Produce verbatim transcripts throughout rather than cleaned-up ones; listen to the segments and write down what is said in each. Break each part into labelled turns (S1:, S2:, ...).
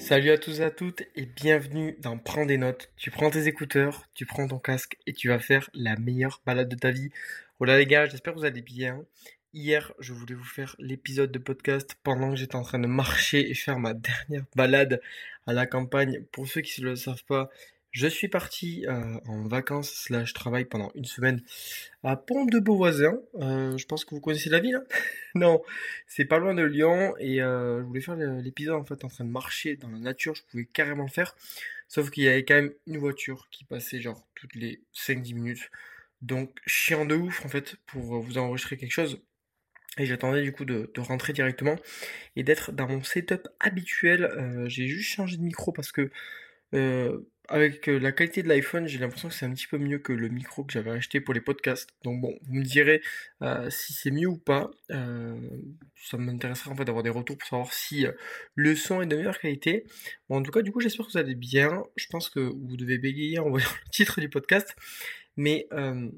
S1: Salut à tous et à toutes et bienvenue dans Prends des notes. Tu prends tes écouteurs, tu prends ton casque et tu vas faire la meilleure balade de ta vie. Voilà les gars, j'espère que vous allez bien. Hier, je voulais vous faire l'épisode de podcast pendant que j'étais en train de marcher et faire ma dernière balade à la campagne. Pour ceux qui ne le savent pas, je suis parti euh, en vacances slash travail pendant une semaine à Pont-de-Beauvoisin. Euh, je pense que vous connaissez la ville, hein. Non, c'est pas loin de Lyon et euh, je voulais faire le- l'épisode en fait en train de marcher dans la nature, je pouvais carrément le faire, sauf qu'il y avait quand même une voiture qui passait genre toutes les cinq dix minutes. Donc chiant de ouf en fait pour euh, vous enregistrer quelque chose. Et j'attendais du coup de, de rentrer directement et d'être dans mon setup habituel. Euh, j'ai juste changé de micro parce que euh, avec euh, la qualité de l'iPhone, j'ai l'impression que c'est un petit peu mieux que le micro que j'avais acheté pour les podcasts. Donc bon, vous me direz euh, si c'est mieux ou pas. Euh, ça m'intéresserait en fait d'avoir des retours pour savoir si euh, le son est de meilleure qualité. Bon, en tout cas, du coup, j'espère que vous allez bien. Je pense que vous devez bégayer en voyant le titre du podcast. Mais euh,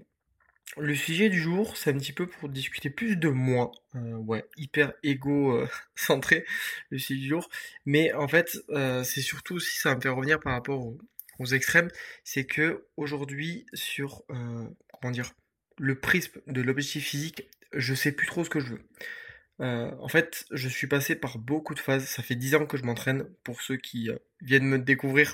S1: le sujet du jour, c'est un petit peu pour discuter plus de moi. Euh, ouais, hyper égo euh, centré, le sujet du jour. Mais en fait, euh, c'est surtout si ça me fait revenir par rapport aux, aux extrêmes, c'est que aujourd'hui, sur euh, comment dire, le prisme de l'objectif physique, je sais plus trop ce que je veux. Euh, en fait, je suis passé par beaucoup de phases. Ça fait dix ans que je m'entraîne. Pour ceux qui euh, viennent me découvrir,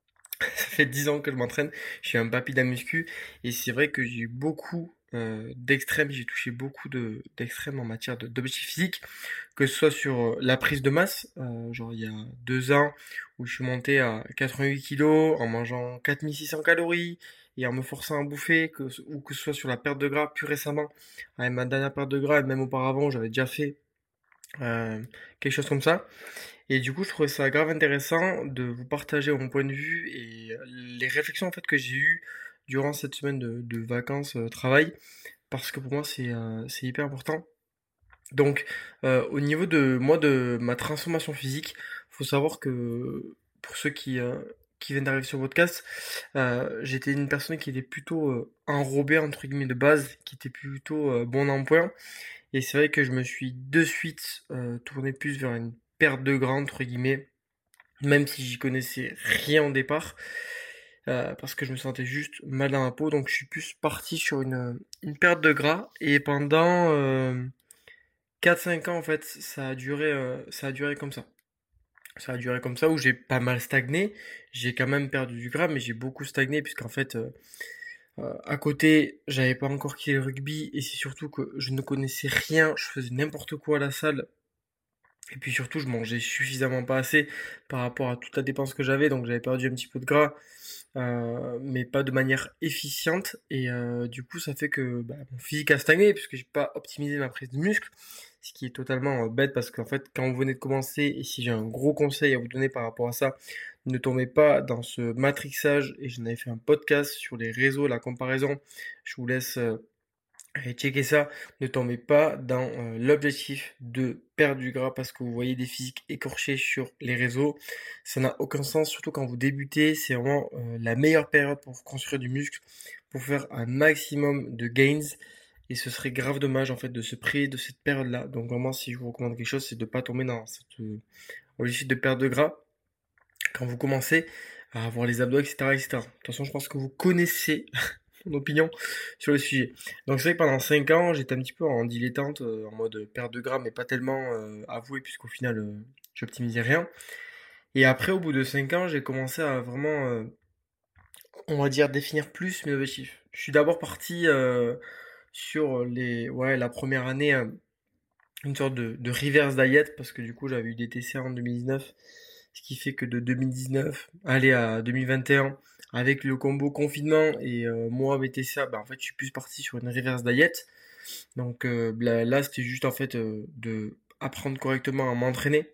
S1: ça fait dix ans que je m'entraîne, je suis un papy de la muscu et c'est vrai que j'ai eu beaucoup euh, d'extrêmes, j'ai touché beaucoup de d'extrêmes en matière de- d'objectifs physiques, que ce soit sur euh, la prise de masse, euh, genre il y a deux ans où je suis monté à quatre-vingt-huit kilos en mangeant quatre mille six cents calories et en me forçant à bouffer, que, ce- ou que ce soit sur la perte de gras plus récemment, avec ma dernière perte de gras et même auparavant j'avais déjà fait euh, quelque chose comme ça. Et du coup, je trouvais ça grave intéressant de vous partager mon point de vue et les réflexions en fait que j'ai eues durant cette semaine de, de vacances euh, travail, parce que pour moi c'est euh, c'est hyper important. Donc, euh, au niveau de moi de ma transformation physique, faut savoir que pour ceux qui euh, qui viennent d'arriver sur le podcast, euh, j'étais une personne qui était plutôt euh, enrobée entre guillemets de base, qui était plutôt euh, bon en point. Et c'est vrai que je me suis de suite euh, tourné plus vers une perte de gras entre guillemets, même si j'y connaissais rien au départ, euh, parce que je me sentais juste mal dans la peau, donc je suis plus parti sur une, une perte de gras, et pendant euh, quatre cinq ans en fait, ça a duré, euh, ça a duré comme ça. Ça a duré comme ça, où j'ai pas mal stagné, j'ai quand même perdu du gras, mais j'ai beaucoup stagné, puisqu'en fait, euh, euh, à côté, j'avais pas encore quitté le rugby, et c'est surtout que je ne connaissais rien, je faisais n'importe quoi à la salle, et puis surtout, je mangeais suffisamment pas assez par rapport à toute la dépense que j'avais, donc j'avais perdu un petit peu de gras, euh, mais pas de manière efficiente. Et euh, du coup, ça fait que bah, mon physique a stagné puisque j'ai pas optimisé ma prise de muscle, ce qui est totalement euh, bête parce qu'en fait, quand vous venez de commencer, et si j'ai un gros conseil à vous donner par rapport à ça, ne tombez pas dans ce matrixage. Et j'en avais fait un podcast sur les réseaux, la comparaison. Je vous laisse euh, et checkez ça, ne tombez pas dans euh, l'objectif de perdre du gras parce que vous voyez des physiques écorchés sur les réseaux. Ça n'a aucun sens, surtout quand vous débutez. C'est vraiment euh, la meilleure période pour construire du muscle, pour faire un maximum de gains. Et ce serait grave dommage en fait de se priver de cette période-là. Donc vraiment, si je vous recommande quelque chose, c'est de ne pas tomber dans cet euh, objectif de perte de gras quand vous commencez à avoir les abdos, et cetera, et cetera. De toute façon, je pense que vous connaissez mon opinion sur le sujet. Donc c'est vrai que pendant cinq ans, j'étais un petit peu en dilettante, euh, en mode perte de gras, mais pas tellement euh, avoué, puisqu'au final, euh, j'optimisais rien. Et après, au bout de cinq ans, j'ai commencé à vraiment, euh, on va dire, définir plus mes objectifs. Je suis d'abord parti euh, sur les, ouais, la première année, euh, une sorte de, de reverse diet, parce que du coup, j'avais eu des T C A en deux mille dix-neuf, ce qui fait que de deux mille dix-neuf, aller à deux mille vingt et un, avec le combo confinement et euh, moi, mes T C A, bah, en fait, je suis plus parti sur une reverse diet. Donc euh, là, là, c'était juste en fait euh, de apprendre correctement à m'entraîner,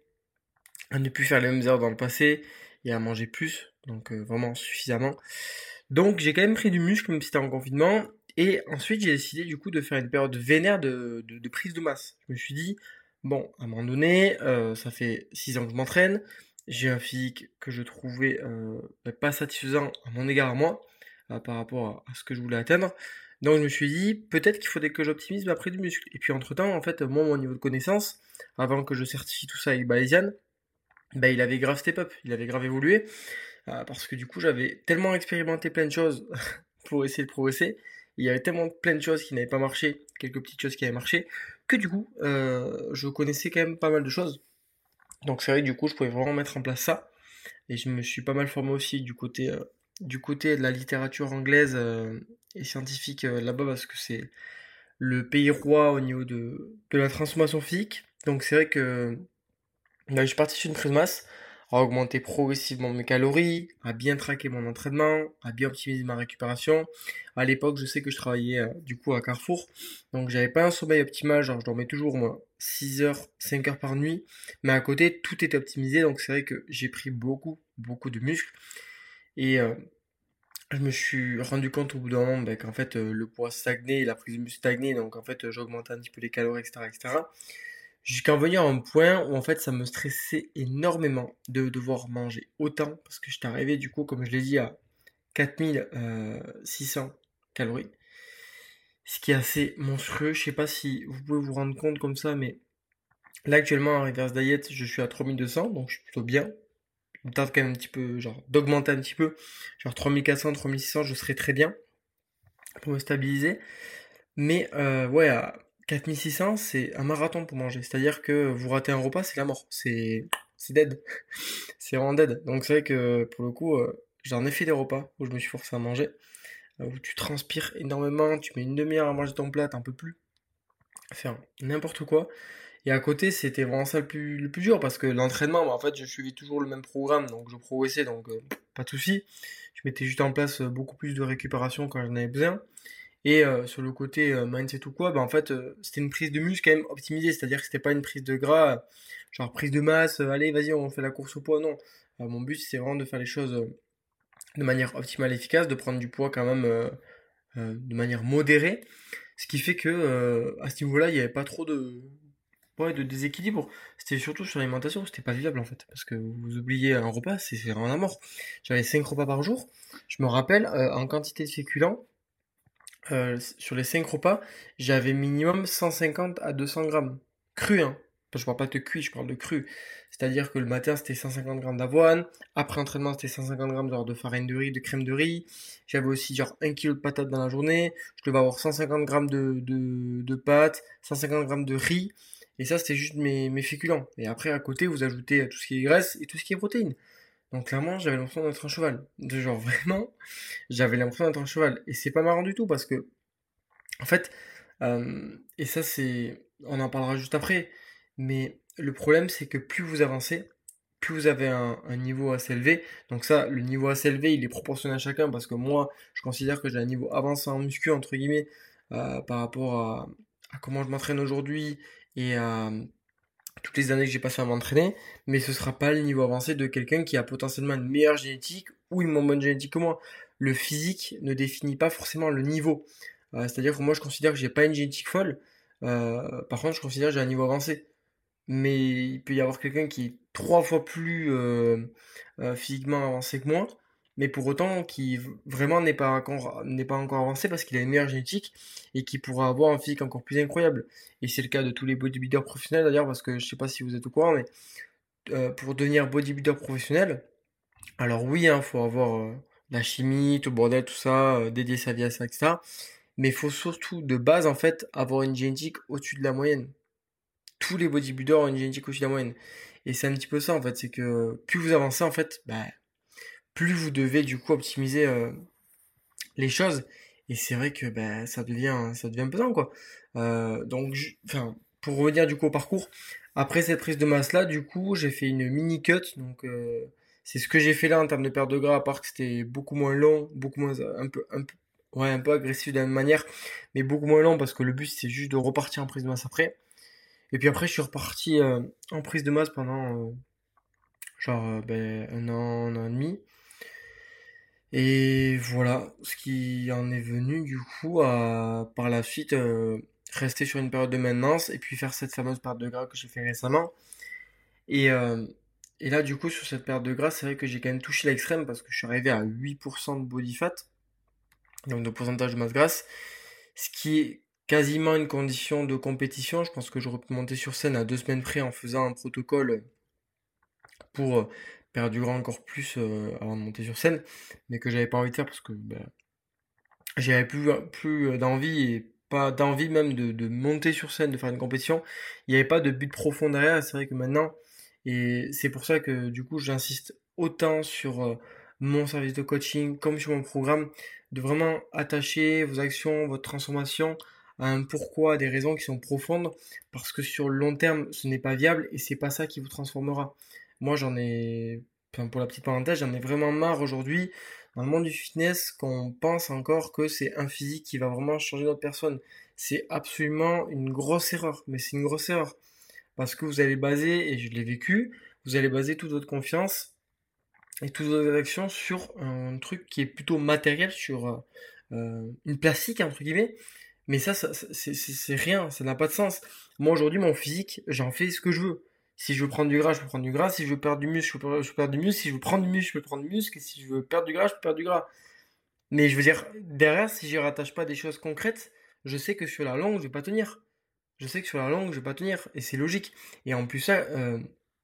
S1: à ne plus faire les mêmes erreurs dans le passé et à manger plus, donc euh, vraiment suffisamment. Donc j'ai quand même pris du muscle même si c'était en confinement. Et ensuite j'ai décidé du coup de faire une période vénère de, de, de prise de masse. Je me suis dit, bon, à un moment donné, euh, ça fait six ans que je m'entraîne, j'ai un physique que je trouvais euh, pas satisfaisant à mon égard à moi, euh, par rapport à, à ce que je voulais atteindre. Donc je me suis dit, peut-être qu'il faudrait que j'optimise ma prise de muscle. Et puis entre-temps, en fait, moi, mon niveau de connaissance, avant que je certifie tout ça avec Bayesian, bah, il avait grave step up, il avait grave évolué, euh, parce que du coup, j'avais tellement expérimenté plein de choses pour essayer de progresser. Il y avait tellement plein de choses qui n'avaient pas marché, quelques petites choses qui avaient marché, que du coup, euh, je connaissais quand même pas mal de choses. Donc c'est vrai que du coup, je pouvais vraiment mettre en place ça. Et je me suis pas mal formé aussi du côté, euh, du côté de la littérature anglaise euh, et scientifique euh, là-bas, parce que c'est le pays roi au niveau de, de la transformation physique. Donc c'est vrai que là, je suis parti sur une prise masse, à augmenter progressivement mes calories, à bien traquer mon entraînement, à bien optimiser ma récupération. À l'époque, je sais que je travaillais euh, du coup à Carrefour, donc j'avais pas un sommeil optimal, genre je dormais toujours moi six heures, cinq heures par nuit, mais à côté tout était optimisé, donc c'est vrai que j'ai pris beaucoup, beaucoup de muscles et euh, je me suis rendu compte au bout d'un moment bah, qu'en fait euh, le poids stagnait, la prise de muscle stagnait, donc en fait euh, j'augmentais un petit peu les calories, et cetera, et cetera. Jusqu'à en venir à un point où en fait ça me stressait énormément de devoir manger autant parce que j'étais arrivé du coup comme je l'ai dit à quatre mille six cents calories, ce qui est assez monstrueux. Je sais pas si vous pouvez vous rendre compte comme ça, mais là actuellement en reverse diet je suis à trois mille deux cents, donc je suis plutôt bien. Je me tarde quand même un petit peu, genre d'augmenter un petit peu, genre trois mille quatre cents, trois mille six cents je serais très bien pour me stabiliser. Mais euh, ouais, à quatre mille six cents, c'est un marathon pour manger. C'est-à-dire que vous ratez un repas, c'est la mort. C'est c'est dead. C'est vraiment dead. Donc c'est vrai que pour le coup, euh, j'en ai fait des repas où je me suis forcé à manger, euh, où tu transpires énormément, tu mets une demi-heure à manger ton plat, t'en peux plus faire n'importe quoi. Et à côté, c'était vraiment ça le plus, le plus dur parce que l'entraînement, bah, en fait, je suivais toujours le même programme, donc je progressais, donc euh, pas de souci. Je mettais juste en place euh, beaucoup plus de récupération quand j'en avais besoin. Et euh, sur le côté euh, mindset ou quoi, bah en fait, euh, c'était une prise de muscle quand même optimisée, c'est-à-dire que c'était pas une prise de gras, euh, genre prise de masse, euh, allez, vas-y, on fait la course au poids, non. Euh, mon but, c'est vraiment de faire les choses euh, de manière optimale et efficace, de prendre du poids quand même euh, euh, de manière modérée, ce qui fait que euh, à ce niveau-là, il n'y avait pas trop de, ouais, de déséquilibre. C'était surtout sur l'alimentation, c'était pas viable en fait, parce que vous oubliez un repas, c'est c'est vraiment la mort. J'avais cinq repas par jour, je me rappelle, euh, en quantité de féculents, euh, sur les cinq repas, j'avais minimum cent cinquante à deux cents grammes. Cru, hein. Je parle pas de cuit, je parle de cru. C'est-à-dire que le matin, c'était cent cinquante grammes d'avoine. Après entraînement, c'était cent cinquante grammes genre de farine de riz, de crème de riz. J'avais aussi genre un kilo de patates dans la journée. Je devais avoir cent cinquante grammes de, de, de pâtes, cent cinquante grammes de riz. Et ça, c'était juste mes, mes féculents. Et après, à côté, vous ajoutez tout ce qui est graisse et tout ce qui est protéines. Donc clairement, j'avais l'impression d'être un cheval. De genre vraiment, j'avais l'impression d'être un cheval. Et c'est pas marrant du tout parce que en fait, euh, et ça c'est, on en parlera juste après, mais le problème c'est que plus vous avancez, plus vous avez un, un niveau assez élevé. Donc ça, le niveau assez élevé, il est proportionnel à chacun parce que moi, je considère que j'ai un niveau avancé en muscu entre guillemets euh, par rapport à, à comment je m'entraîne aujourd'hui et à toutes les années que j'ai passé à m'entraîner, mais ce sera pas le niveau avancé de quelqu'un qui a potentiellement une meilleure génétique ou une moins bonne génétique que moi. Le physique ne définit pas forcément le niveau. Euh, c'est-à-dire que moi je considère que j'ai pas une génétique folle. Euh, par contre, je considère que j'ai un niveau avancé. Mais il peut y avoir quelqu'un qui est trois fois plus euh, euh, physiquement avancé que moi, mais pour autant qui v- vraiment n'est pas encore, n'est pas encore avancé parce qu'il a une meilleure génétique et qui pourra avoir un physique encore plus incroyable. Et c'est le cas de tous les bodybuilders professionnels d'ailleurs, parce que je sais pas si vous êtes au courant, mais euh, pour devenir bodybuilder professionnel, alors oui, il faut avoir euh, la chimie, tout le bordel, tout ça, euh, dédier sa vie à ça, et cetera. Mais il faut surtout de base en fait avoir une génétique au-dessus de la moyenne. Tous les bodybuilders ont une génétique au-dessus de la moyenne. Et c'est un petit peu ça en fait, c'est que plus vous avancez en fait, bah, plus vous devez du coup optimiser euh, les choses. Et c'est vrai que bah, ça devient ça devient pesant quoi. Euh, donc, je- enfin, pour revenir du coup au parcours, après cette prise de masse là, du coup, j'ai fait une mini cut. Donc euh, c'est ce que j'ai fait là en termes de perte de gras, à part que c'était beaucoup moins long, beaucoup moins un peu un peu ouais un peu agressif de la même manière, mais beaucoup moins long parce que le but c'est juste de repartir en prise de masse après. Et puis après, je suis reparti euh, en prise de masse pendant euh, genre euh, ben, un an, un an et demi. Et voilà, ce qui en est venu du coup à par la suite euh, rester sur une période de maintenance et puis faire cette fameuse perte de gras que j'ai fait récemment. Et, euh, et là, du coup, sur cette perte de gras, c'est vrai que j'ai quand même touché l'extrême parce que je suis arrivé à huit pour cent de body fat, donc de pourcentage de masse grasse, ce qui est quasiment une condition de compétition. Je pense que j'aurais pu monter sur scène à deux semaines près en faisant un protocole pour euh, perdre du gras encore plus euh, avant de monter sur scène, mais que j'avais pas envie de faire parce que bah, j'avais plus, plus d'envie et pas d'envie même de, de monter sur scène, de faire une compétition. Il n'y avait pas de but profond derrière, c'est vrai que maintenant, et c'est pour ça que du coup j'insiste autant sur euh, mon service de coaching comme sur mon programme, de vraiment attacher vos actions, votre transformation à un pourquoi, à des raisons qui sont profondes, parce que sur le long terme, ce n'est pas viable et c'est pas ça qui vous transformera. Moi j'en ai, enfin, pour la petite parenthèse, j'en ai vraiment marre aujourd'hui dans le monde du fitness qu'on pense encore que c'est un physique qui va vraiment changer notre personne. C'est absolument une grosse erreur, mais c'est une grosse erreur. Parce que vous allez baser, et je l'ai vécu, vous allez baser toute votre confiance et toutes vos actions sur un truc qui est plutôt matériel, sur euh, euh, une plastique, entre guillemets. Mais ça, ça, ça- c'est c'est- c'est rien, ça n'a pas de sens. Moi, aujourd'hui, mon physique, j'en fais ce que je veux. Si je veux prendre du gras, je peux prendre du gras. Si je veux perdre du muscle, je peux, je peux perdre du muscle. Si je veux prendre du muscle, je peux prendre du muscle. Et si je veux perdre du gras, je peux perdre du gras. Mais je veux dire, derrière, si je rattache pas des choses concrètes, je sais que sur la longue, je vais pas tenir. Je sais que sur la longue, je vais pas tenir. Et c'est logique. Et en plus, ça, euh,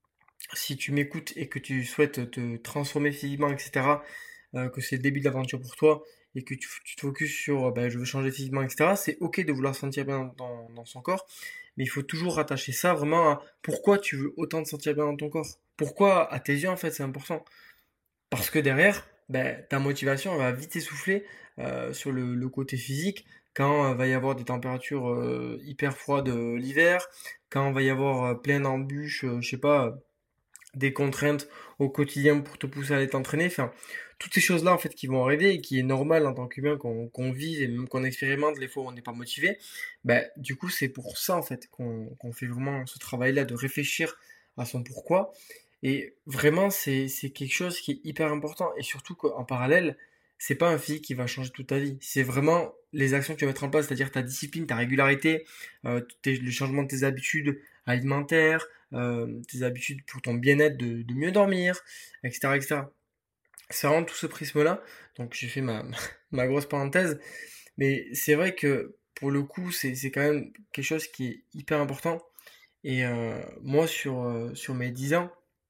S1: si tu m'écoutes et que tu souhaites te transformer physiquement, et cetera, euh, que c'est le début de l'aventure pour toi, et que tu, tu te focuses sur, euh, ben, je veux changer physiquement, et cetera, c'est ok de vouloir se sentir bien dans, dans son corps, mais il faut toujours rattacher ça vraiment à pourquoi tu veux autant te sentir bien dans ton corps. Pourquoi, à tes yeux, en fait, c'est important. Parce que derrière, ben, ta motivation elle va vite essouffler euh, sur le, le côté physique quand il va y avoir des températures euh, hyper froides euh, l'hiver, quand il va y avoir euh, plein d'embûches, euh, je sais pas, des contraintes au quotidien pour te pousser à aller t'entraîner. Enfin, toutes ces choses-là en fait qui vont arriver et qui est normal en tant qu'humain qu'on qu'on vive et même qu'on expérimente les fois où on n'est pas motivé. Ben, du coup, c'est pour ça en fait qu'on qu'on fait vraiment ce travail-là de réfléchir à son pourquoi. Et vraiment, c'est c'est quelque chose qui est hyper important. Et surtout qu'en parallèle, c'est pas un physique qui va changer toute ta vie. C'est vraiment les actions que tu vas mettre en place, c'est-à-dire ta discipline, ta régularité, euh, tes- le changement de tes habitudes alimentaires, euh, tes habitudes pour ton bien-être de, de mieux dormir, et cetera, et cetera. C'est vraiment tout ce prisme-là. Donc j'ai fait ma, ma grosse parenthèse. Mais c'est vrai que pour le coup, c'est c'est quand même quelque chose qui est hyper important. Et euh, moi, sur, euh, sur mes dix ans,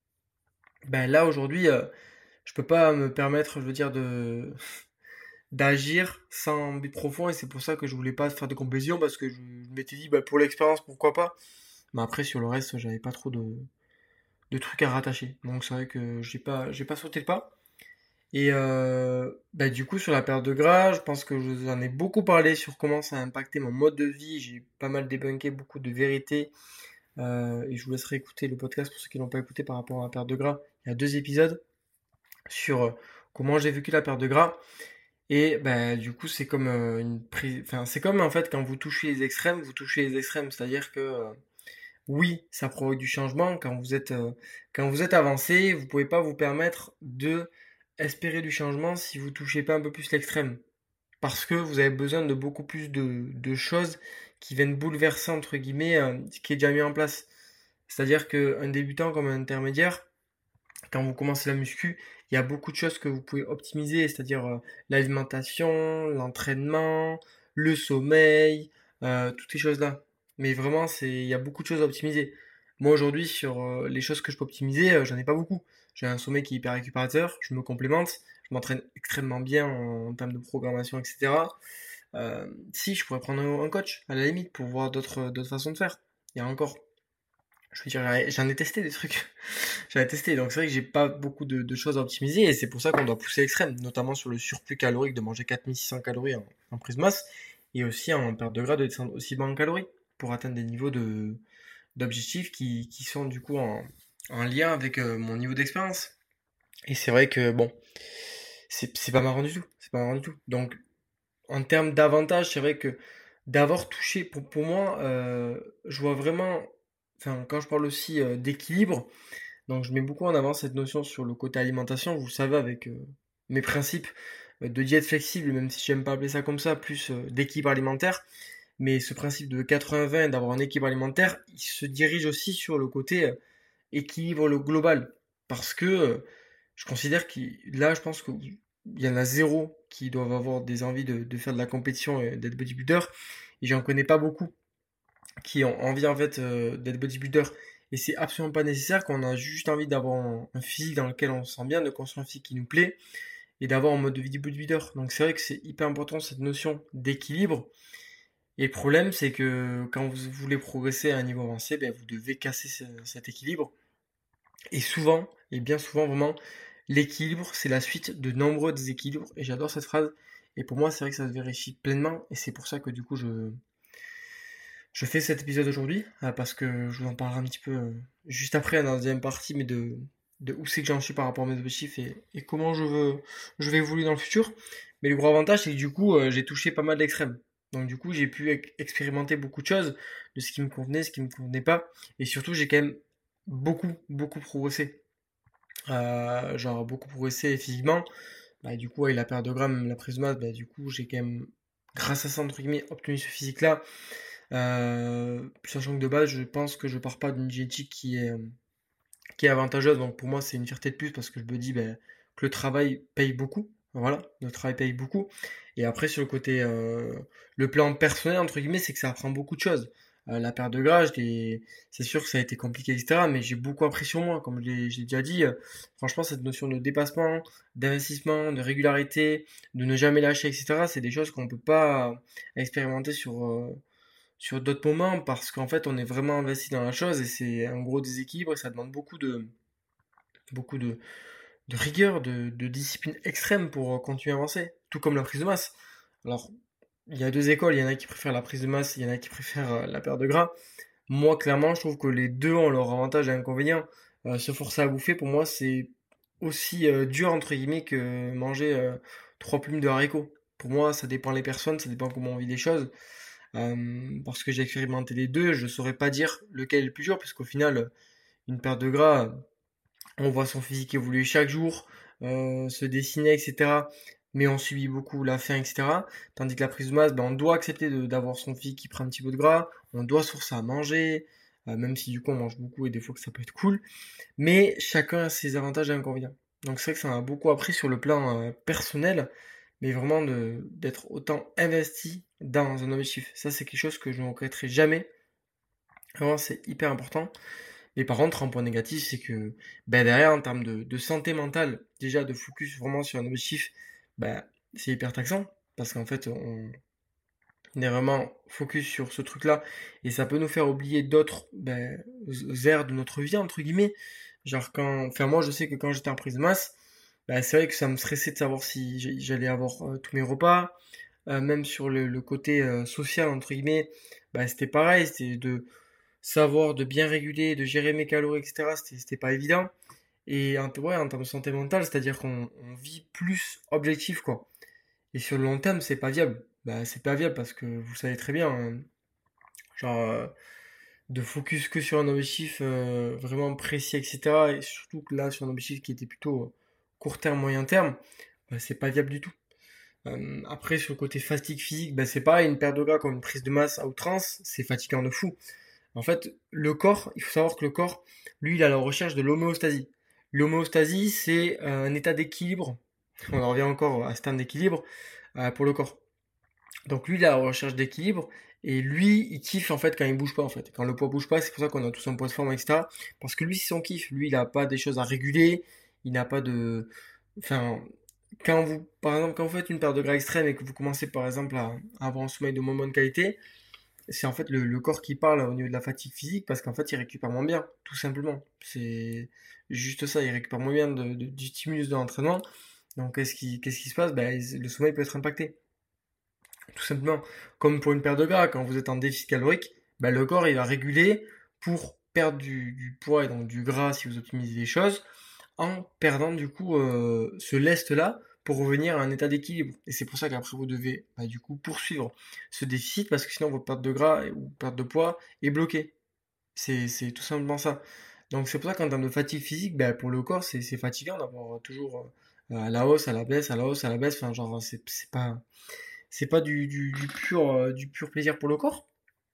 S1: ben là aujourd'hui, euh, je peux pas me permettre, je veux dire, de d'agir sans but profond. Et c'est pour ça que je voulais pas faire de compétition parce que je, je m'étais dit, bah, pour l'expérience, pourquoi pas. Mais après, sur le reste, j'avais pas trop de, de trucs à rattacher. Donc c'est vrai que j'ai pas, j'ai pas sauté le pas. Et euh, bah, du coup, sur la perte de gras, je pense que je vous en ai beaucoup parlé sur comment ça a impacté mon mode de vie. J'ai pas mal débunké beaucoup de vérités. Euh, et je vous laisserai écouter le podcast pour ceux qui l'ont pas écouté par rapport à la perte de gras. Il y a deux épisodes sur euh, comment j'ai vécu la perte de gras. Et bah, du coup, c'est comme euh, une prise. Enfin, c'est comme en fait quand vous touchez les extrêmes, vous touchez les extrêmes. C'est-à-dire que euh, oui, ça provoque du changement. Quand vous êtes, euh, quand vous êtes avancé, vous pouvez pas vous permettre de espérer du changement si vous touchez pas un peu plus l'extrême. Parce que vous avez besoin de beaucoup plus de, de choses qui viennent bouleverser, entre guillemets, euh, ce qui est déjà mis en place. C'est-à-dire qu'un débutant comme un intermédiaire, quand vous commencez la muscu, il y a beaucoup de choses que vous pouvez optimiser, c'est-à-dire euh, l'alimentation, l'entraînement, le sommeil, euh, toutes ces choses-là. Mais vraiment, c'est, il y a beaucoup de choses à optimiser. Moi aujourd'hui, sur euh, les choses que je peux optimiser, euh, j'en ai pas beaucoup. J'ai un sommeil qui est hyper récupérateur, je me complémente, je m'entraîne extrêmement bien en, en termes de programmation, et cetera. Euh, si, je pourrais prendre un, un coach, à la limite, pour voir d'autres d'autres façons de faire. Il y a encore. Je veux dire, j'en ai testé des trucs. J'en ai testé, donc c'est vrai que j'ai pas beaucoup de, de choses à optimiser et c'est pour ça qu'on doit pousser l'extrême, notamment sur le surplus calorique de manger quatre mille six cents calories en, en prise masse et aussi en perte de gras de descendre aussi bas en calories pour atteindre des niveaux de d'objectifs qui, qui sont du coup en, en lien avec euh, mon niveau d'expérience. Et c'est vrai que bon, c'est c'est pas marrant du tout, c'est pas marrant du tout. Donc en termes d'avantages, c'est vrai que d'avoir touché, pour, pour moi, euh, je vois vraiment, enfin quand je parle aussi euh, d'équilibre, donc je mets beaucoup en avant cette notion sur le côté alimentation, vous le savez, avec euh, mes principes euh, de diète flexible, même si j'aime pas appeler ça comme ça, plus euh, d'équilibre alimentaire. Mais ce principe de quatre-vingts vingt, d'avoir un équilibre alimentaire, il se dirige aussi sur le côté euh, équilibre le global. Parce que euh, je considère qu'il là, je pense qu'il y en a zéro qui doivent avoir des envies de, de faire de la compétition et d'être bodybuilder. Et j'en connais pas beaucoup qui ont envie en fait euh, d'être bodybuilder Et c'est absolument pas nécessaire quand on a juste envie d'avoir un, un physique dans lequel on se sent bien, de construire un physique qui nous plaît et d'avoir un mode de vie du bodybuilder. Donc c'est vrai que c'est hyper important cette notion d'équilibre. Et le problème, c'est que quand vous voulez progresser à un niveau avancé, ben, vous devez casser ce- cet équilibre. Et souvent, et bien souvent vraiment, l'équilibre, c'est la suite de nombreux déséquilibres. Et j'adore cette phrase. Et pour moi, c'est vrai que ça se vérifie pleinement. Et c'est pour ça que du coup, je, je fais cet épisode aujourd'hui. euh, Parce que je vous en parlerai un petit peu euh, juste après dans la deuxième partie, mais de, de où c'est que j'en suis par rapport à mes objectifs et, et comment je veux, je vais évoluer dans le futur. Mais le gros avantage, c'est que du coup, euh, j'ai touché pas mal d'extrêmes. Donc du coup, j'ai pu ex- expérimenter beaucoup de choses, de ce qui me convenait, ce qui me convenait pas. Et surtout, j'ai quand même beaucoup, beaucoup progressé. Euh, genre beaucoup progressé physiquement. Bah, du coup, avec la perte de grammes, la prise de masse, bah, du coup, j'ai quand même, grâce à ça, entre guillemets, obtenu ce physique-là. Euh, sachant que de base, je pense que je pars pas d'une génétique qui est, euh, qui est avantageuse. Donc pour moi, c'est une fierté de plus parce que je me dis ben, que le travail paye beaucoup. Voilà, le travail paye beaucoup. Et après, sur le côté, euh, le plan personnel, entre guillemets, c'est que ça apprend beaucoup de choses. Euh, la perte de gras, je l'ai- c'est sûr que ça a été compliqué, et cetera. Mais j'ai beaucoup appris sur moi, comme je l'ai je l'ai déjà dit. Euh, franchement, cette notion de dépassement, d'investissement, de régularité, de ne jamais lâcher, et cetera, c'est des choses qu'on ne peut pas expérimenter sur, euh, sur d'autres moments parce qu'en fait, on est vraiment investi dans la chose et c'est un gros déséquilibre et ça demande beaucoup de, beaucoup de, de rigueur, de, de discipline extrême pour euh, continuer à avancer, tout comme la prise de masse. Alors, il y a deux écoles, il y en a qui préfèrent la prise de masse, il y en a qui préfèrent euh, la perte de gras. Moi, clairement, je trouve que les deux ont leurs avantages et inconvénients. Euh, se forcer à bouffer, pour moi, c'est aussi euh, dur, entre guillemets, que manger euh, trois plumes de haricots. Pour moi, ça dépend les personnes, ça dépend comment on vit les choses. Euh, parce que j'ai expérimenté les deux, je saurais pas dire lequel est le plus dur, parce qu'au final, une perte de gras, on voit son physique évoluer chaque jour, euh, se dessiner, et cetera. Mais on subit beaucoup la faim, et cetera. Tandis que la prise de masse, ben, on doit accepter de- d'avoir son physique qui prend un petit peu de gras, on doit se forcer à manger, euh, même si du coup on mange beaucoup et des fois que ça peut être cool. Mais chacun a ses avantages et inconvénients. Donc c'est vrai que ça m'a beaucoup appris sur le plan euh, personnel, mais vraiment de d'être autant investi dans un objectif. Ça, c'est quelque chose que je ne regretterai jamais. Vraiment, c'est hyper important. Mais par contre, un point négatif, c'est que ben, derrière, en termes de, de santé mentale, déjà de focus vraiment sur un objectif, ben, c'est hyper taxant. Parce qu'en fait, on, on est vraiment focus sur ce truc-là. Et ça peut nous faire oublier d'autres ben, aires de notre vie, entre guillemets. Genre quand, enfin moi, je sais que quand j'étais en prise de masse, ben, c'est vrai que ça me stressait de savoir si j'- j'allais avoir euh, tous mes repas. Euh, même sur le, le côté euh, social, entre guillemets, bah, c'était pareil, c'était de savoir, de bien réguler, de gérer mes calories, et cetera. C'était c'était pas évident. Et en, ouais, en termes de santé mentale, c'est-à-dire qu'on on vit plus objectif, quoi. Et sur le long terme, c'est pas viable. Bah, c'est pas viable parce que vous savez très bien, hein, genre, euh, de focus que sur un objectif euh, vraiment précis, et cetera. Et surtout que là, sur un objectif qui était plutôt euh, court terme, moyen terme, bah, c'est pas viable du tout. Euh, après, sur le côté fatigue physique, bah, c'est pareil, une perte de gras comme une prise de masse à outrance, c'est fatigant de fou. En fait, le corps, il faut savoir que le corps, lui, il est à la recherche de l'homéostasie. L'homéostasie, c'est euh, un état d'équilibre. On en revient encore à ce terme d'équilibre euh, pour le corps. Donc lui, il est à la recherche d'équilibre. Et lui, il kiffe en fait quand il bouge pas en fait. Quand le poids bouge pas, c'est pour ça qu'on a tous un poids de forme, et cetera. Parce que lui, c'est son kiff. Lui, il n'a pas des choses à réguler. Il n'a pas de. Enfin, quand vous, par exemple, quand vous faites une perte de gras extrême et que vous commencez par exemple à, à avoir un sommeil de moins bonne qualité, c'est en fait le, le corps qui parle au niveau de la fatigue physique parce qu'en fait il récupère moins bien, tout simplement. C'est juste ça, il récupère moins bien de- de- du stimulus de l'entraînement. Donc qu'est-ce qui, qu'est-ce qui se passe? Ben, il- le sommeil peut être impacté, tout simplement. Comme pour une perte de gras, quand vous êtes en déficit calorique, ben, le corps il va réguler pour perdre du, du poids et donc du gras si vous optimisez les choses en perdant du coup euh, ce lest-là pour revenir à un état d'équilibre. Et c'est pour ça qu'après vous devez bah, du coup poursuivre ce déficit parce que sinon votre perte de gras ou perte de poids est bloquée. C'est, c'est tout simplement ça. Donc c'est pour ça qu'en termes de fatigue physique, bah, pour le corps c'est, c'est fatigant d'avoir toujours euh, à la hausse, à la baisse, à la hausse, à la baisse. Enfin genre c'est, c'est pas c'est pas du, du, du pur euh, du pur plaisir pour le corps.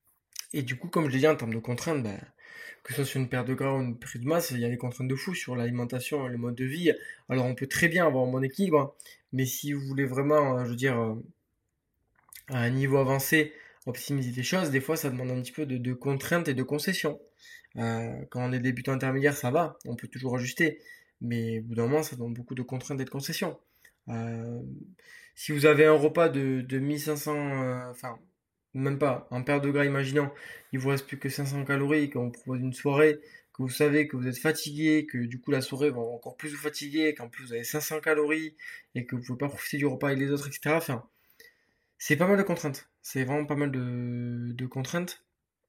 S1: Et du coup, comme je l'ai dit, en termes de contraintes, bah, que ce soit sur une perte de gras ou une prise de masse, il y a des contraintes de fou sur l'alimentation et le mode de vie. Alors, on peut très bien avoir un bon équilibre, hein, mais si vous voulez vraiment, euh, je veux dire, euh, à un niveau avancé, optimiser des choses, des fois ça demande un petit peu de, de contraintes et de concessions. Euh, quand on est débutant intermédiaire, ça va, on peut toujours ajuster. Mais au bout d'un moment, ça demande beaucoup de contraintes et de concessions. Euh, Si vous avez un repas de, de mille cinq cents, euh, enfin, même pas, un paire de gras, imaginons, il vous reste plus que cinq cents calories, qu'on vous propose une soirée, que vous savez que vous êtes fatigué, que du coup la soirée va encore plus vous fatiguer, qu'en plus vous avez cinq cents calories, et que vous pouvez pas profiter du repas avec les autres, et cetera. Enfin, c'est pas mal de contraintes. C'est vraiment pas mal de, de contraintes.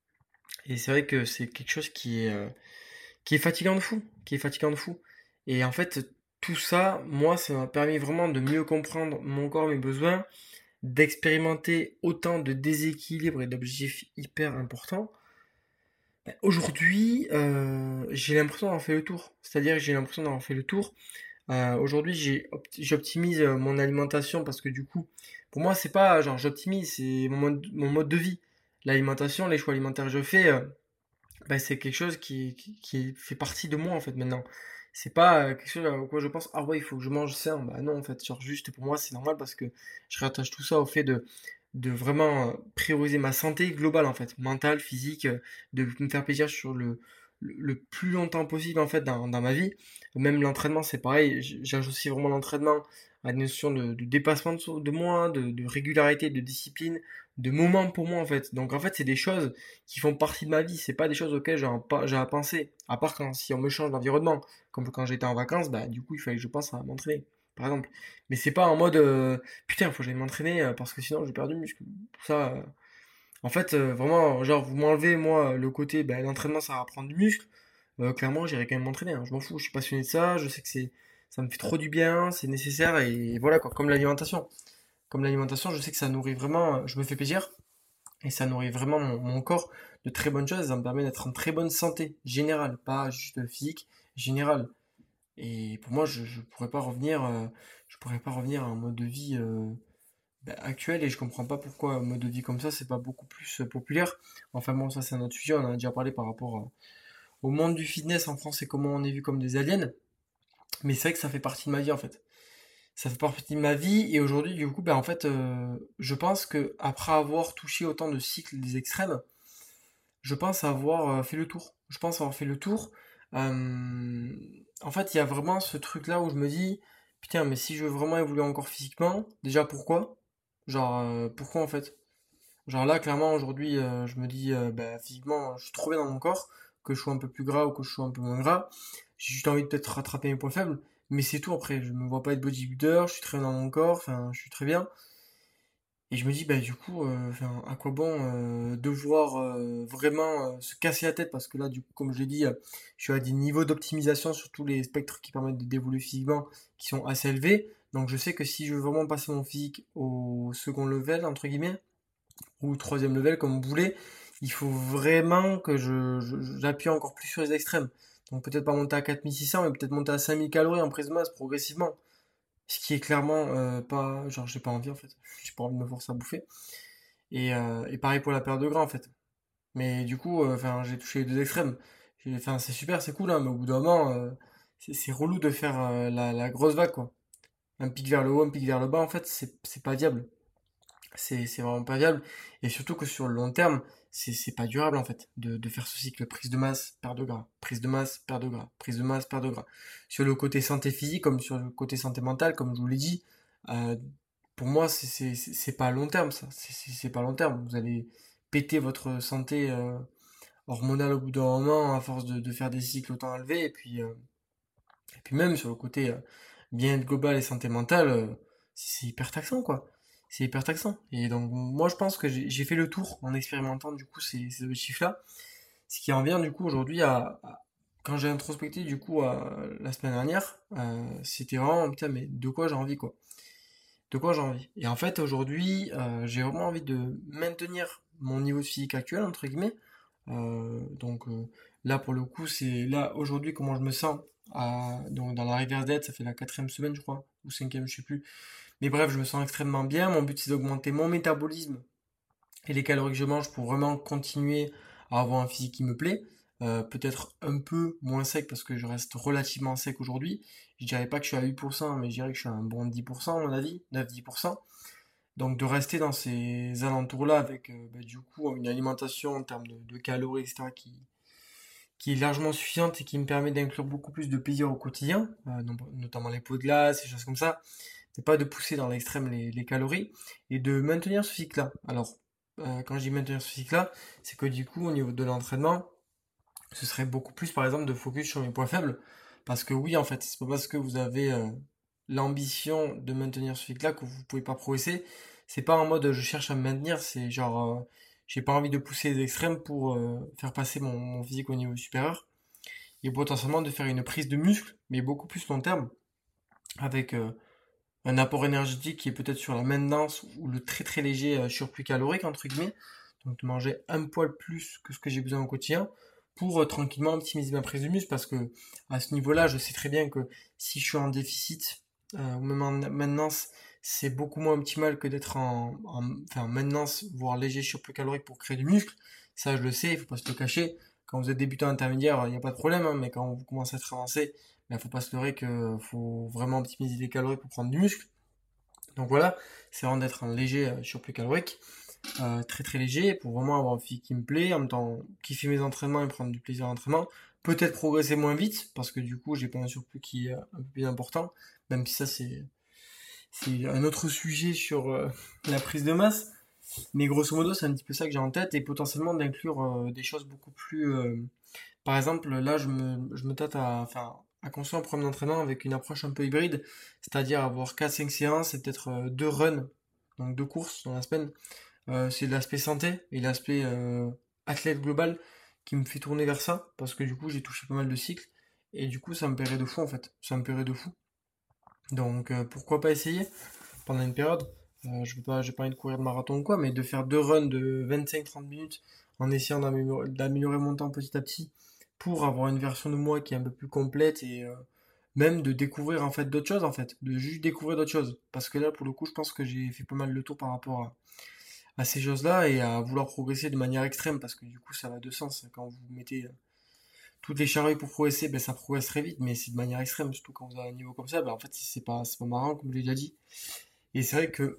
S1: Et c'est vrai que c'est quelque chose qui est, euh, qui est fatigant de fou, qui est fatigant de fou. Et en fait, tout ça, moi, ça m'a permis vraiment de mieux comprendre mon corps, mes besoins, d'expérimenter autant de déséquilibres et d'objectifs hyper importants. Ben, aujourd'hui, euh, j'ai l'impression d'avoir fait le tour. C'est-à-dire que j'ai l'impression d'avoir fait le tour. Euh, aujourd'hui, j'ai opt- j'optimise euh, mon alimentation parce que du coup, pour moi, c'est pas genre j'optimise, c'est mon mode, mon mode de vie. L'alimentation, les choix alimentaires que je fais, euh, bah, c'est quelque chose qui, qui, qui fait partie de moi en fait maintenant. C'est pas euh, quelque chose à quoi je pense, ah ouais, il faut que je mange sain. Bah non, en fait, genre juste pour moi, c'est normal parce que je rattache tout ça au fait de, de vraiment euh, prioriser ma santé globale en fait, mentale, physique, euh, de me faire plaisir sur le, le, le plus longtemps possible en fait dans, dans ma vie. Même l'entraînement, c'est pareil, j- j'associe vraiment l'entraînement à une notion de, de dépassement de, so- de moi, de, de régularité, de discipline, de moment pour moi en fait. Donc en fait, c'est des choses qui font partie de ma vie. C'est pas des choses auxquelles j'ai un pas- j'ai à penser. À part quand si on me change d'environnement, comme quand j'étais en vacances, bah du coup il fallait que je pense à m'entraîner, par exemple. Mais c'est pas en mode euh, putain, faut que j'aille m'entraîner euh, parce que sinon j'ai perdu du muscle. Ça, euh, en fait, euh, vraiment, genre vous m'enlevez moi le côté, bah, l'entraînement ça va prendre du muscle. Euh, clairement, j'irai quand même m'entraîner, hein. Je m'en fous, je suis passionné de ça. Je sais que c'est, ça me fait trop du bien, c'est nécessaire et voilà quoi. Comme l'alimentation, comme l'alimentation, je sais que ça nourrit vraiment. euh, Je me fais plaisir. Et ça nourrit vraiment mon, mon corps de très bonnes choses. Ça me permet d'être en très bonne santé générale, pas juste physique, générale. Et pour moi, je, je pourrais pas revenir, euh, je pourrais pas revenir à un mode de vie euh, bah, actuel et je comprends pas pourquoi un mode de vie comme ça, c'est pas beaucoup plus euh, populaire. Enfin bon, ça c'est un autre sujet. On en a déjà parlé par rapport euh, au monde du fitness en France et comment on est vu comme des aliens. Mais c'est vrai que ça fait partie de ma vie en fait. Ça fait partie de ma vie et aujourd'hui, du coup, ben en fait, euh, je pense que après avoir touché autant de cycles des extrêmes, je pense avoir euh, fait le tour. Je pense avoir fait le tour. Euh, En fait, il y a vraiment ce truc-là où je me dis, putain, mais si je veux vraiment évoluer encore physiquement, déjà pourquoi? Genre, euh, pourquoi en fait? Genre là, clairement, aujourd'hui, euh, je me dis, euh, bah, physiquement, je suis trop bien dans mon corps, que je sois un peu plus gras ou que je sois un peu moins gras. J'ai juste envie de peut-être rattraper mes points faibles, mais c'est tout après. Je me vois pas être bodybuilder, je suis très bien dans mon corps, enfin, je suis très bien. Et je me dis, bah, du coup, euh, enfin, à quoi bon euh, devoir euh, vraiment euh, se casser la tête parce que là, du coup, comme je l'ai dit, euh, je suis à des niveaux d'optimisation sur tous les spectres qui permettent de d'évoluer physiquement qui sont assez élevés. Donc, je sais que si je veux vraiment passer mon physique au second level, entre guillemets, ou troisième level, comme vous voulez, il faut vraiment que je, je- j'appuie encore plus sur les extrêmes. Donc, peut-être pas monter à quatre mille six cents, mais peut-être monter à cinq mille calories en prise de masse progressivement. Ce qui est clairement euh, pas. Genre, j'ai pas envie en fait. J'ai pas envie de me forcer à bouffer. Et, euh, et pareil pour la perte de gras en fait. Mais du coup, euh, enfin, j'ai touché les deux extrêmes. J'ai- Enfin, c'est super, c'est cool, hein, mais au bout d'un moment, euh, c'est c'est relou de faire euh, la, la grosse vague quoi. Un pic vers le haut, un pic vers le bas, en fait, c'est c'est pas viable. C'est c'est vraiment pas viable. Et surtout que sur le long terme, c'est c'est pas durable en fait de, de faire ce cycle prise de masse, perte de gras, prise de masse, perte de gras, prise de masse, perte de gras. Sur le côté santé physique comme sur le côté santé mentale, comme je vous l'ai dit, euh, pour moi c'est c'est- c'est- c'est pas à long terme ça. C'est c'est- c'est pas à long terme. Vous allez péter votre santé euh, hormonale au bout d'un moment à force de, de faire des cycles autant élevés. Et puis, euh, et puis même sur le côté euh, bien-être global et santé mentale, euh, c'est hyper taxant quoi. C'est hyper taxant. Et donc moi je pense que j'ai j'ai fait le tour en expérimentant du coup ces, ces objectifs-là. Ce qui en vient du coup aujourd'hui à, à- quand j'ai introspecté du coup à- la semaine dernière, euh, c'était vraiment putain mais de quoi j'ai envie quoi. De quoi j'ai envie. Et en fait aujourd'hui euh, j'ai vraiment envie de maintenir mon niveau de physique actuel entre guillemets. Euh, donc euh, là pour le coup c'est là aujourd'hui comment je me sens à- donc dans la Reverse Dead, ça fait la quatrième semaine je crois ou cinquième je sais plus, mais bref je me sens extrêmement bien. Mon but c'est d'augmenter mon métabolisme et les calories que je mange pour vraiment continuer à avoir un physique qui me plaît. Euh, peut-être un peu moins sec parce que je reste relativement sec aujourd'hui. Je dirais pas que je suis à huit pour cent, mais je dirais que je suis à un bon dix pour cent à mon avis, neuf-dix pour cent. Donc de rester dans ces alentours-là avec euh, bah, du coup une alimentation en termes de, de calories, et cetera qui, qui est largement suffisante et qui me permet d'inclure beaucoup plus de plaisir au quotidien, euh, non- notamment les pots de glace et choses comme ça, mais pas de pousser dans l'extrême les, les calories et de maintenir ce cycle-là. Alors, euh, quand je dis maintenir ce cycle-là, c'est que du coup, au niveau de l'entraînement, ce serait beaucoup plus, par exemple, de focus sur mes points faibles. Parce que oui, en fait, c'est pas parce que vous avez euh, l'ambition de maintenir ce cycle-là que vous pouvez pas progresser. C'est pas en mode je cherche à me maintenir, c'est genre euh, j'ai pas envie de pousser les extrêmes pour euh, faire passer mon, mon physique au niveau supérieur et potentiellement de faire une prise de muscle, mais beaucoup plus long terme, avec euh, un apport énergétique qui est peut-être sur la maintenance ou le très très léger euh, surplus calorique, entre guillemets, donc de manger un poil plus que ce que j'ai besoin au quotidien, pour euh, tranquillement optimiser ma prise de muscle, parce que à ce niveau-là, je sais très bien que si je suis en déficit, euh, ou même en maintenance, c'est beaucoup moins optimal que d'être en, en, enfin, en maintenance, voire léger surplus calorique pour créer du muscle. Ça, je le sais, il faut pas se le cacher. Quand vous êtes débutant intermédiaire, il n'y a pas de problème, hein, mais quand vous commencez à être avancé, il ne faut pas se leurrer qu'il faut vraiment optimiser les calories pour prendre du muscle. Donc voilà, c'est vraiment d'être un léger euh, surplus calorique, euh, très très léger, pour vraiment avoir un physique qui me plaît, en même temps kiffer mes entraînements et prendre du plaisir à l'entraînement. Peut-être progresser moins vite, parce que du coup j'ai pas un surplus qui est euh, un peu plus important, même si ça c'est c'est un autre sujet sur euh, la prise de masse. Mais grosso modo, c'est un petit peu ça que j'ai en tête, et potentiellement d'inclure euh, des choses beaucoup plus euh, par exemple, là, je me, je me tâte à, enfin, à construire un programme d'entraînement avec une approche un peu hybride, c'est-à-dire avoir quatre cinq séances et peut-être euh, deux runs, donc deux courses dans la semaine. Euh, c'est l'aspect santé et l'aspect euh, athlète global qui me fait tourner vers ça, parce que du coup, j'ai touché pas mal de cycles, et du coup, ça me plairait de fou en fait. Ça me plairait de fou. Donc, euh, pourquoi pas essayer pendant une période. Euh, je veux pas, j'ai pas envie de courir de marathon ou quoi, mais de faire deux runs de vingt-cinq trente minutes en essayant d'améliorer, d'améliorer mon temps petit à petit pour avoir une version de moi qui est un peu plus complète et euh, même de découvrir en fait d'autres choses en fait, de juste découvrir d'autres choses. Parce que là, pour le coup, je pense que j'ai fait pas mal le tour par rapport à, à ces choses-là et à vouloir progresser de manière extrême parce que du coup, ça va de sens. Quand vous mettez euh, toutes les charrues pour progresser, ben, ça progresse très vite, mais c'est de manière extrême, surtout quand vous avez un niveau comme ça, ben, en fait, c'est pas, c'est pas marrant, comme je l'ai déjà dit. Et c'est vrai que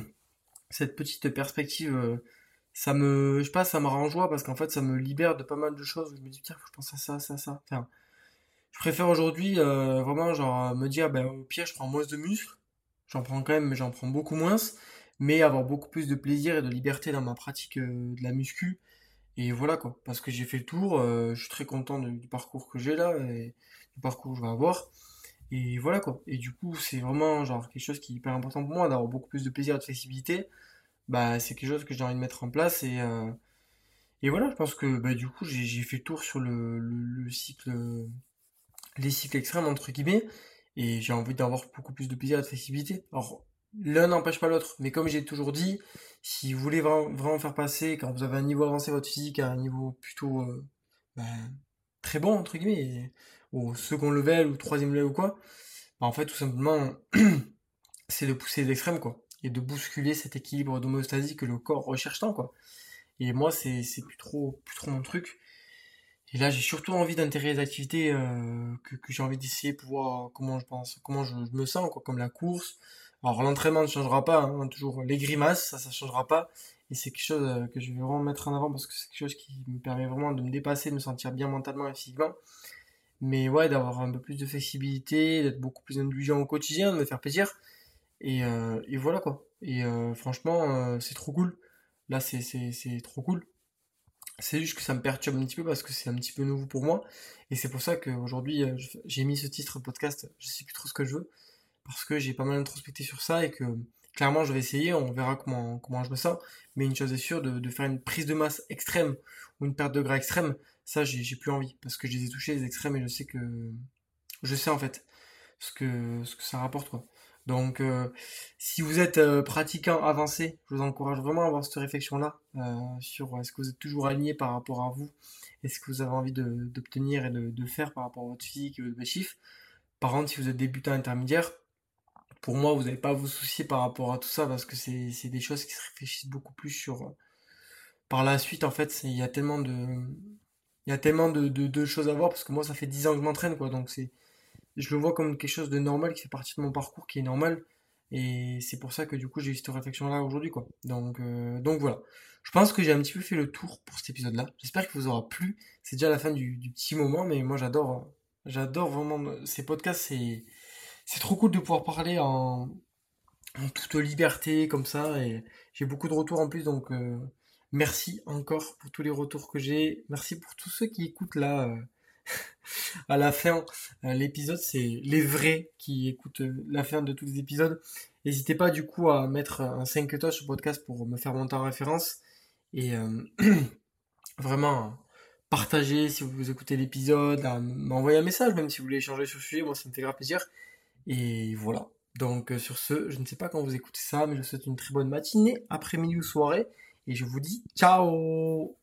S1: cette petite perspective, euh, ça me, je sais pas, ça me rend en joie parce qu'en fait, ça me libère de pas mal de choses où je me dis, tiens, faut que je pense à ça, ça, ça. Enfin, je préfère aujourd'hui euh, vraiment genre me dire, ben, au pire, je prends moins de muscles, j'en prends quand même, mais j'en prends beaucoup moins, mais avoir beaucoup plus de plaisir et de liberté dans ma pratique euh, de la muscu. Et voilà quoi, parce que j'ai fait le tour, euh, je suis très content du, du parcours que j'ai là et du parcours que je vais avoir. Et voilà quoi. Et du coup, c'est vraiment genre quelque chose qui est hyper important pour moi d'avoir beaucoup plus de plaisir et de flexibilité. Bah, c'est quelque chose que j'ai envie de mettre en place et, euh, et voilà, je pense que bah, du coup j'ai j'ai fait le tour sur le, le, le cycle, les cycles extrêmes entre guillemets et j'ai envie d'avoir beaucoup plus de plaisir et de flexibilité. Alors l'un n'empêche pas l'autre, mais comme j'ai toujours dit, si vous voulez vraiment, vraiment faire passer quand vous avez un niveau avancé votre physique à un niveau plutôt euh, bah, très bon entre guillemets, et au second level ou troisième level ou quoi, bah, en fait tout simplement c'est de pousser l'extrême quoi et de bousculer cet équilibre d'homéostasie que le corps recherche tant quoi. Et moi, c'est c'est plus trop, plus trop mon truc. Et là, j'ai surtout envie d'intégrer des activités euh, que, que j'ai envie d'essayer pour voir comment je pense, comment je, je me sens, quoi, comme la course. Alors, l'entraînement ne changera pas, hein, toujours les grimaces, ça, ça changera pas. Et c'est quelque chose euh, que je vais vraiment mettre en avant parce que c'est quelque chose qui me permet vraiment de me dépasser, de me sentir bien mentalement et physiquement. Mais ouais, d'avoir un peu plus de flexibilité, d'être beaucoup plus indulgent au quotidien, de me faire plaisir. Et, euh, et voilà quoi. Et euh, franchement, euh, c'est trop cool. Là, c'est c'est- c'est trop cool. C'est juste que ça me perturbe un petit peu parce que c'est un petit peu nouveau pour moi. Et c'est pour ça qu'aujourd'hui, euh, je- j'ai mis ce titre podcast, je sais plus trop ce que je veux, parce que j'ai pas mal introspecté sur ça et que clairement je vais essayer, on verra comment, comment je me sens. Mais une chose est sûre, de, de faire une prise de masse extrême ou une perte de gras extrême, ça j'ai j'ai plus envie. Parce que je les ai touchés les extrêmes et je sais que. Je sais en fait ce que, ce que ça rapporte quoi. Donc, euh, si vous êtes euh, pratiquant avancé, je vous encourage vraiment à avoir cette réflexion-là euh, sur est-ce que vous êtes toujours aligné par rapport à vous, est-ce que vous avez envie de- d'obtenir et de, de faire par rapport à votre physique et votre objectif. Par contre, si vous êtes débutant intermédiaire, pour moi, vous n'avez pas à vous soucier par rapport à tout ça parce que c'est c'est des choses qui se réfléchissent beaucoup plus sur euh, par la suite. En fait, c'est- il y a tellement de il y a tellement de, de, de choses à voir parce que moi, ça fait dix ans que je m'entraîne quoi, donc c'est je le vois comme quelque chose de normal qui fait partie de mon parcours, qui est normal. Et c'est pour ça que du coup j'ai eu cette réflexion-là aujourd'hui, quoi. Donc, euh, donc voilà. Je pense que j'ai un petit peu fait le tour pour cet épisode-là. J'espère qu'il vous aura plu. C'est déjà la fin du, du petit moment, mais moi j'adore, j'adore vraiment ces podcasts. C'est, c'est trop cool de pouvoir parler en, en toute liberté comme ça. Et j'ai beaucoup de retours en plus, donc euh, merci encore pour tous les retours que j'ai. Merci pour tous ceux qui écoutent là. euh, à la fin, euh, l'épisode, c'est les vrais qui écoutent euh, la fin de tous les épisodes. N'hésitez pas du coup à mettre un cinq étoiles sur le podcast pour me faire monter en référence. Et euh, vraiment, partager si vous écoutez l'épisode, à m'envoyer un message, même si vous voulez échanger sur le sujet, moi ça me fait grave plaisir. Et voilà. Donc euh, sur ce, je ne sais pas quand vous écoutez ça, mais je vous souhaite une très bonne matinée, après-midi ou soirée. Et je vous dis ciao!